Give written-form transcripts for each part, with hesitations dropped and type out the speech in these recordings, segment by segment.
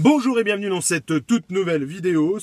Bonjour et bienvenue dans cette toute nouvelle vidéo,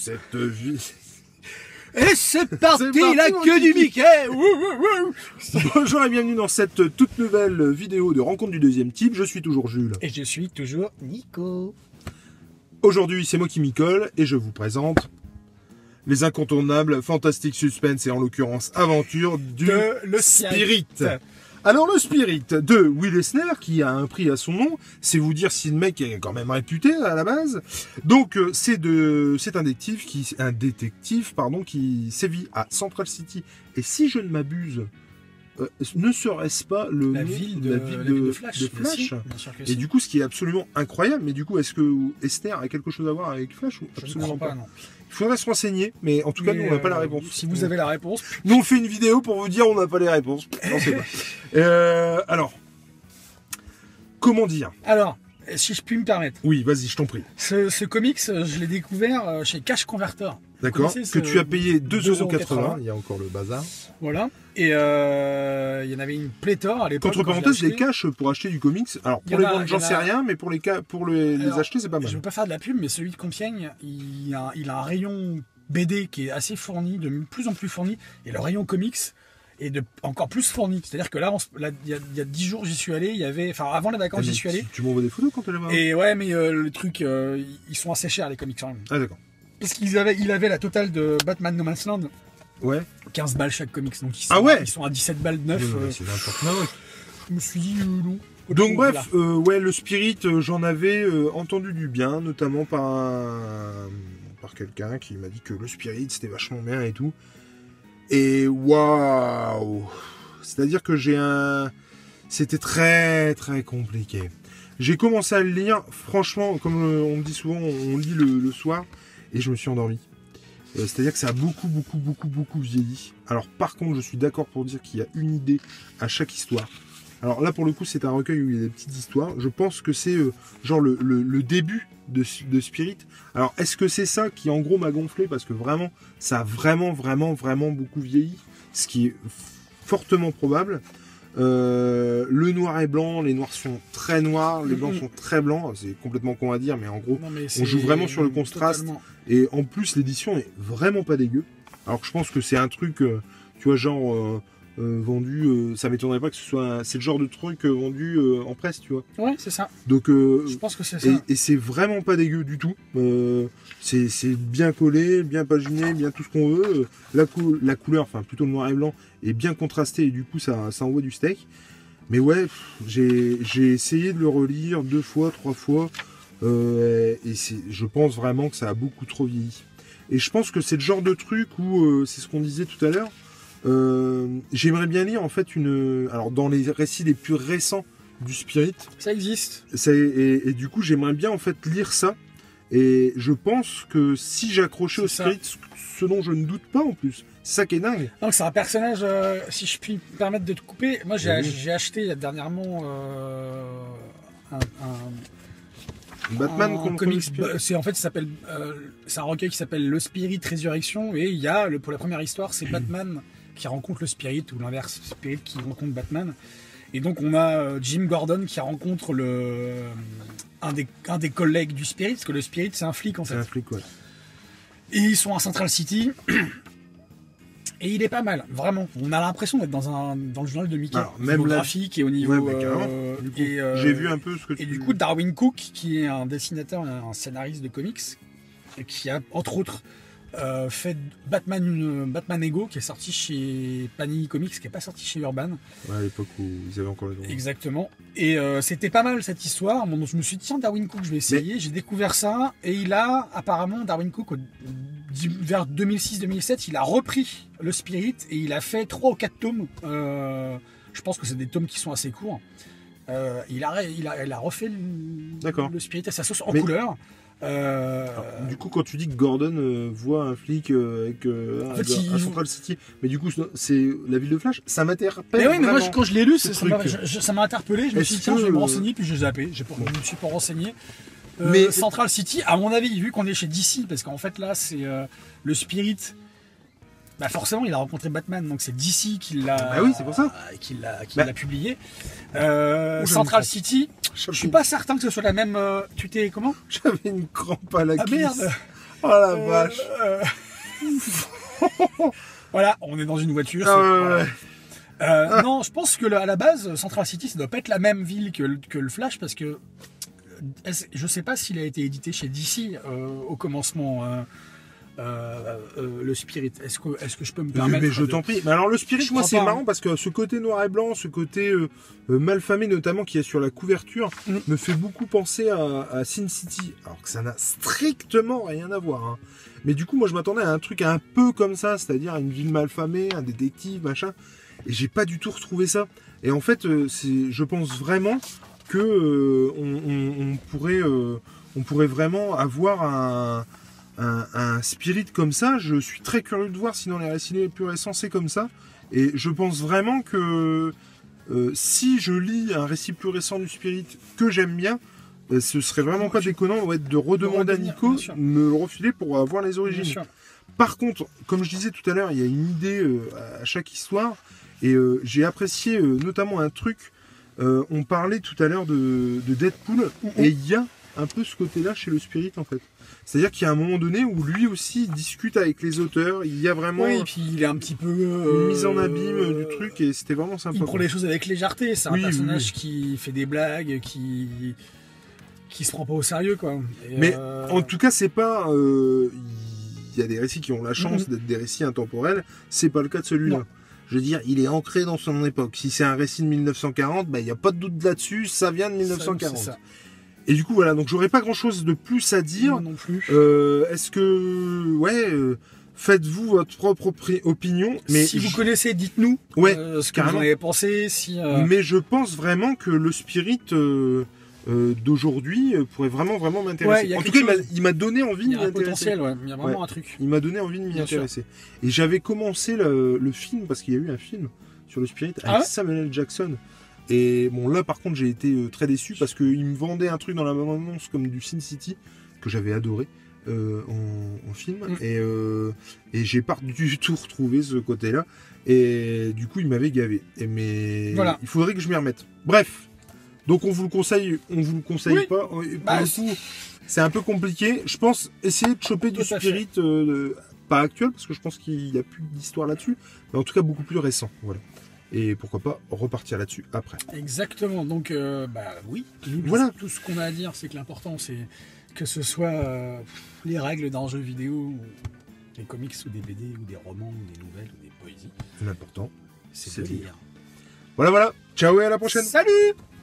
Et c'est parti, la queue du Mickey. Bonjour et bienvenue dans cette toute nouvelle vidéo de rencontre du deuxième type. Je suis toujours Jules. Et je suis toujours Nico. Aujourd'hui, c'est moi qui m'y colle et je vous présente les incontournables, fantastiques suspense et en l'occurrence aventure le Spirit. Alors le Spirit de Will Eisner, qui a un prix à son nom, c'est vous dire si le mec est quand même réputé à la base. Donc c'est un détective qui sévit à Central City. Et si je ne m'abuse, ne serait-ce pas la ville de Flash, bien sûr que Et si. du coup, ce qui est absolument incroyable, mais du coup, est-ce que Eisner a quelque chose à voir avec Flash ou Je ne absolument crois pas, non. Il faudrait se renseigner, mais en tout cas, nous, on n'a pas la réponse. Si vous avez la réponse, Nous, on fait une vidéo pour vous dire on n'a pas les réponses. On sait pas. Alors, comment dire? alors, si je puis me permettre, Oui, vas-y, je t'en prie. ce comics, je l'ai découvert chez Cash Converter. D'accord. connaissez Que ce- tu as payé 2,80 2,80 €. Il y a encore le bazar. Voilà. Et il y en avait une pléthore à l'époque. Contre quand je l'ai parenthèses, les acheté. cash pour acheter du comics. Alors, Il y pour en les a- vendre, il y en j'en a- sais rien, mais pour les Alors, acheter, c'est pas Je mal. veux pas faire de la pub, mais celui de Compiègne, il a un rayon BD qui est assez fourni, de plus en plus fourni, et le rayon comics est encore plus fourni. C'est-à-dire que là, il y a 10 jours, j'y suis allé, il y avait, enfin avant les vacances, j'y suis allé. Tu m'envoies des photos quand tu les vois. Et ouais, mais le truc, ils sont assez chers les comics quand même. Ah, d'accord. Parce il avait la totale de Batman No Man's Land, Ouais. 15 balles chaque comics, donc ils sont à 17 balles neuf. C'est n'importe quoi. Je me suis dit non. Donc Voilà. bref, ouais, le Spirit, j'en avais entendu du bien, notamment par quelqu'un qui m'a dit que le Spirit c'était vachement bien et tout. Et waouh, c'est-à-dire que c'était très très compliqué. J'ai commencé à le lire, franchement, comme on me dit souvent, on lit le soir, et je me suis endormi. C'est-à-dire que ça a beaucoup vieilli. Alors par contre, je suis d'accord pour dire qu'il y a une idée à chaque histoire. Alors là, pour le coup, c'est un recueil où il y a des petites histoires. Je pense que c'est genre le début de Spirit. Alors, est-ce que c'est ça qui, en gros, m'a gonflé? Parce que vraiment, ça a vraiment beaucoup vieilli. Ce qui est fortement probable. Le noir et blanc, les noirs sont très noirs, les blancs sont très blancs. C'est complètement con à dire, mais en gros, Non, mais on joue vraiment sur le contraste. totalement. Et en plus, l'édition est vraiment pas dégueu. Alors que je pense que c'est un truc, tu vois, genre... vendu, ça m'étonnerait pas que ce soit c'est le genre de truc vendu en presse, tu vois. Ouais, c'est ça. Donc Je pense que c'est ça. et c'est vraiment pas dégueu du tout. C'est bien collé, bien paginé, bien tout ce qu'on veut. La couleur, enfin plutôt le noir et blanc, est bien contrastée et du coup ça envoie du steak. Mais ouais, j'ai essayé de le relire 2 fois, 3 fois et je pense vraiment que ça a beaucoup trop vieilli. Et je pense que c'est le genre de truc où c'est ce qu'on disait tout à l'heure. J'aimerais bien lire en fait alors dans les récits les plus récents du Spirit, Ça existe. et du coup j'aimerais bien en fait lire ça, et je pense que si j'accrochais au C'est ça. Spirit, ce dont je ne doute pas en plus, c'est ça qui est dingue. Donc c'est un personnage, si je puis me permettre de te couper, moi Oui. j'ai acheté dernièrement un Batman un contre comics, le Spirit. c'est un recueil qui s'appelle Le Spirit Résurrection, et il y a pour la première histoire, c'est Batman qui rencontre le Spirit, ou l'inverse, Spirit qui rencontre Batman. Et donc on a Jim Gordon qui rencontre un des collègues du Spirit, parce que le Spirit c'est un flic en C'est fait. un flic, ouais. Et ils sont à Central City. Et il est pas mal, vraiment. On a l'impression d'être dans le journal de Mickey. Alors, Au même niveau la- graphique et au niveau. Ouais, bah, carrément. Du coup, j'ai vu un peu ce que tu... Et du coup, Darwin Cook, qui est un dessinateur, un scénariste de comics, et qui a entre autres fait Batman Ego, qui est sorti chez Panini Comics, qui n'est pas sorti chez Urban. Ouais, à l'époque où ils avaient encore les droits. Exactement. Et c'était pas mal cette histoire. Bon, donc je me suis dit, tiens, Darwin Cook, je vais essayer. J'ai découvert ça. Et il a, apparemment, Darwin Cook, vers 2006-2007, il a repris le Spirit et il a fait 3 ou 4 tomes. Je pense que c'est des tomes qui sont assez courts. Il a refait le Spirit à sa sauce en couleur. Alors, du coup, quand tu dis que Gordon voit un flic avec En fait, à Central City, mais du coup, c'est la ville de Flash, ça m'interpelle. Mais oui, mais moi, quand je l'ai lu, ce ça m'a interpellé. Je me suis dit, tiens, je vais me renseigner, puis j'ai zappé. Je me suis pas renseigné. Mais Central City, à mon avis, vu qu'on est chez DC, parce qu'en fait, là, c'est le Spirit. Bah forcément, il a rencontré Batman, donc c'est DC qui l'a. Bah oui, c'est pour ça. Qui l'a publié. Central City, Je suis pas certain que ce soit la même. Tu t'es comment? J'avais une crampe à la Ah cuisse. merde. Oh la vache. Voilà, on est dans une voiture. Ah, voilà. ouais. Non, je pense que à la base, Central City, ça doit pas être la même ville que le Flash parce que je sais pas s'il a été édité chez DC au commencement. Le Spirit. Est-ce que je peux me permettre Mais je t'en prie. Mais alors le Spirit, Je moi crois c'est pas, marrant parce que ce côté noir et blanc, ce côté malfamé notamment qui est sur la couverture, me fait beaucoup penser à Sin City. Alors que ça n'a strictement rien à voir. Hein. Mais du coup, moi je m'attendais à un truc un peu comme ça, c'est-à-dire une ville malfamée, un détective, machin. Et j'ai pas du tout retrouvé ça. Et en fait, je pense vraiment que on pourrait vraiment avoir un Spirit comme ça. Je suis très curieux de voir si dans les récits les plus récents c'est comme ça. Et je pense vraiment que si je lis un récit plus récent du Spirit que j'aime bien, ce serait vraiment pas déconnant de redemander à Nico de me le refiler pour avoir les origines. Par contre, comme je disais tout à l'heure, il y a une idée à chaque histoire. Et j'ai apprécié notamment un truc. On parlait tout à l'heure de Deadpool. Et il y a un peu ce côté-là chez le Spirit en fait. C'est-à-dire qu'il y a un moment donné où lui aussi il discute avec les auteurs, il y a vraiment oui, et puis il est un petit peu une mise en abîme du truc et c'était vraiment sympa. Il prend les choses avec légèreté, c'est un personnage qui fait des blagues, qui se prend pas au sérieux quoi. Et mais en tout cas c'est pas... Il y a des récits qui ont la chance d'être des récits intemporels, c'est pas le cas de celui-là. Non. Je veux dire, il est ancré dans son époque. Si c'est un récit de 1940, il n'y a pas de doute là-dessus, ça vient de 1940. Ça. Et du coup, voilà, donc j'aurais pas grand-chose de plus à dire. Moi non plus. Est-ce que... faites-vous votre propre opinion. Mais si vous connaissez, dites-nous ce que vous en avez pensé. Mais je pense vraiment que le Spirit d'aujourd'hui pourrait vraiment m'intéresser. En tout cas, il m'a donné envie de m'y intéresser. Il y a vraiment un truc. Il m'a donné envie de m'y intéresser. Et j'avais commencé le film, parce qu'il y a eu un film sur le Spirit avec Samuel L. Jackson. Et bon, là par contre, j'ai été très déçu parce qu'il me vendait un truc dans la même annonce comme du Sin City que j'avais adoré en film. Et j'ai pas du tout retrouvé ce côté-là. Et du coup, il m'avait gavé. Mais il faudrait que je m'y remette. Bref. Donc on vous le conseille pas. Pour le coup, c'est un peu compliqué. Je pense essayer de choper du Spirit pas actuel, parce que je pense qu'il n'y a plus d'histoire là-dessus, mais en tout cas beaucoup plus récent. Voilà. Et pourquoi pas repartir là-dessus après. Exactement. Donc oui. Tout ce qu'on a à dire, c'est que l'important, c'est que ce soit les règles d'un jeu vidéo, ou des comics ou des BD ou des romans ou des nouvelles ou des poésies. L'important, c'est de lire. Voilà. Ciao et à la prochaine. Salut!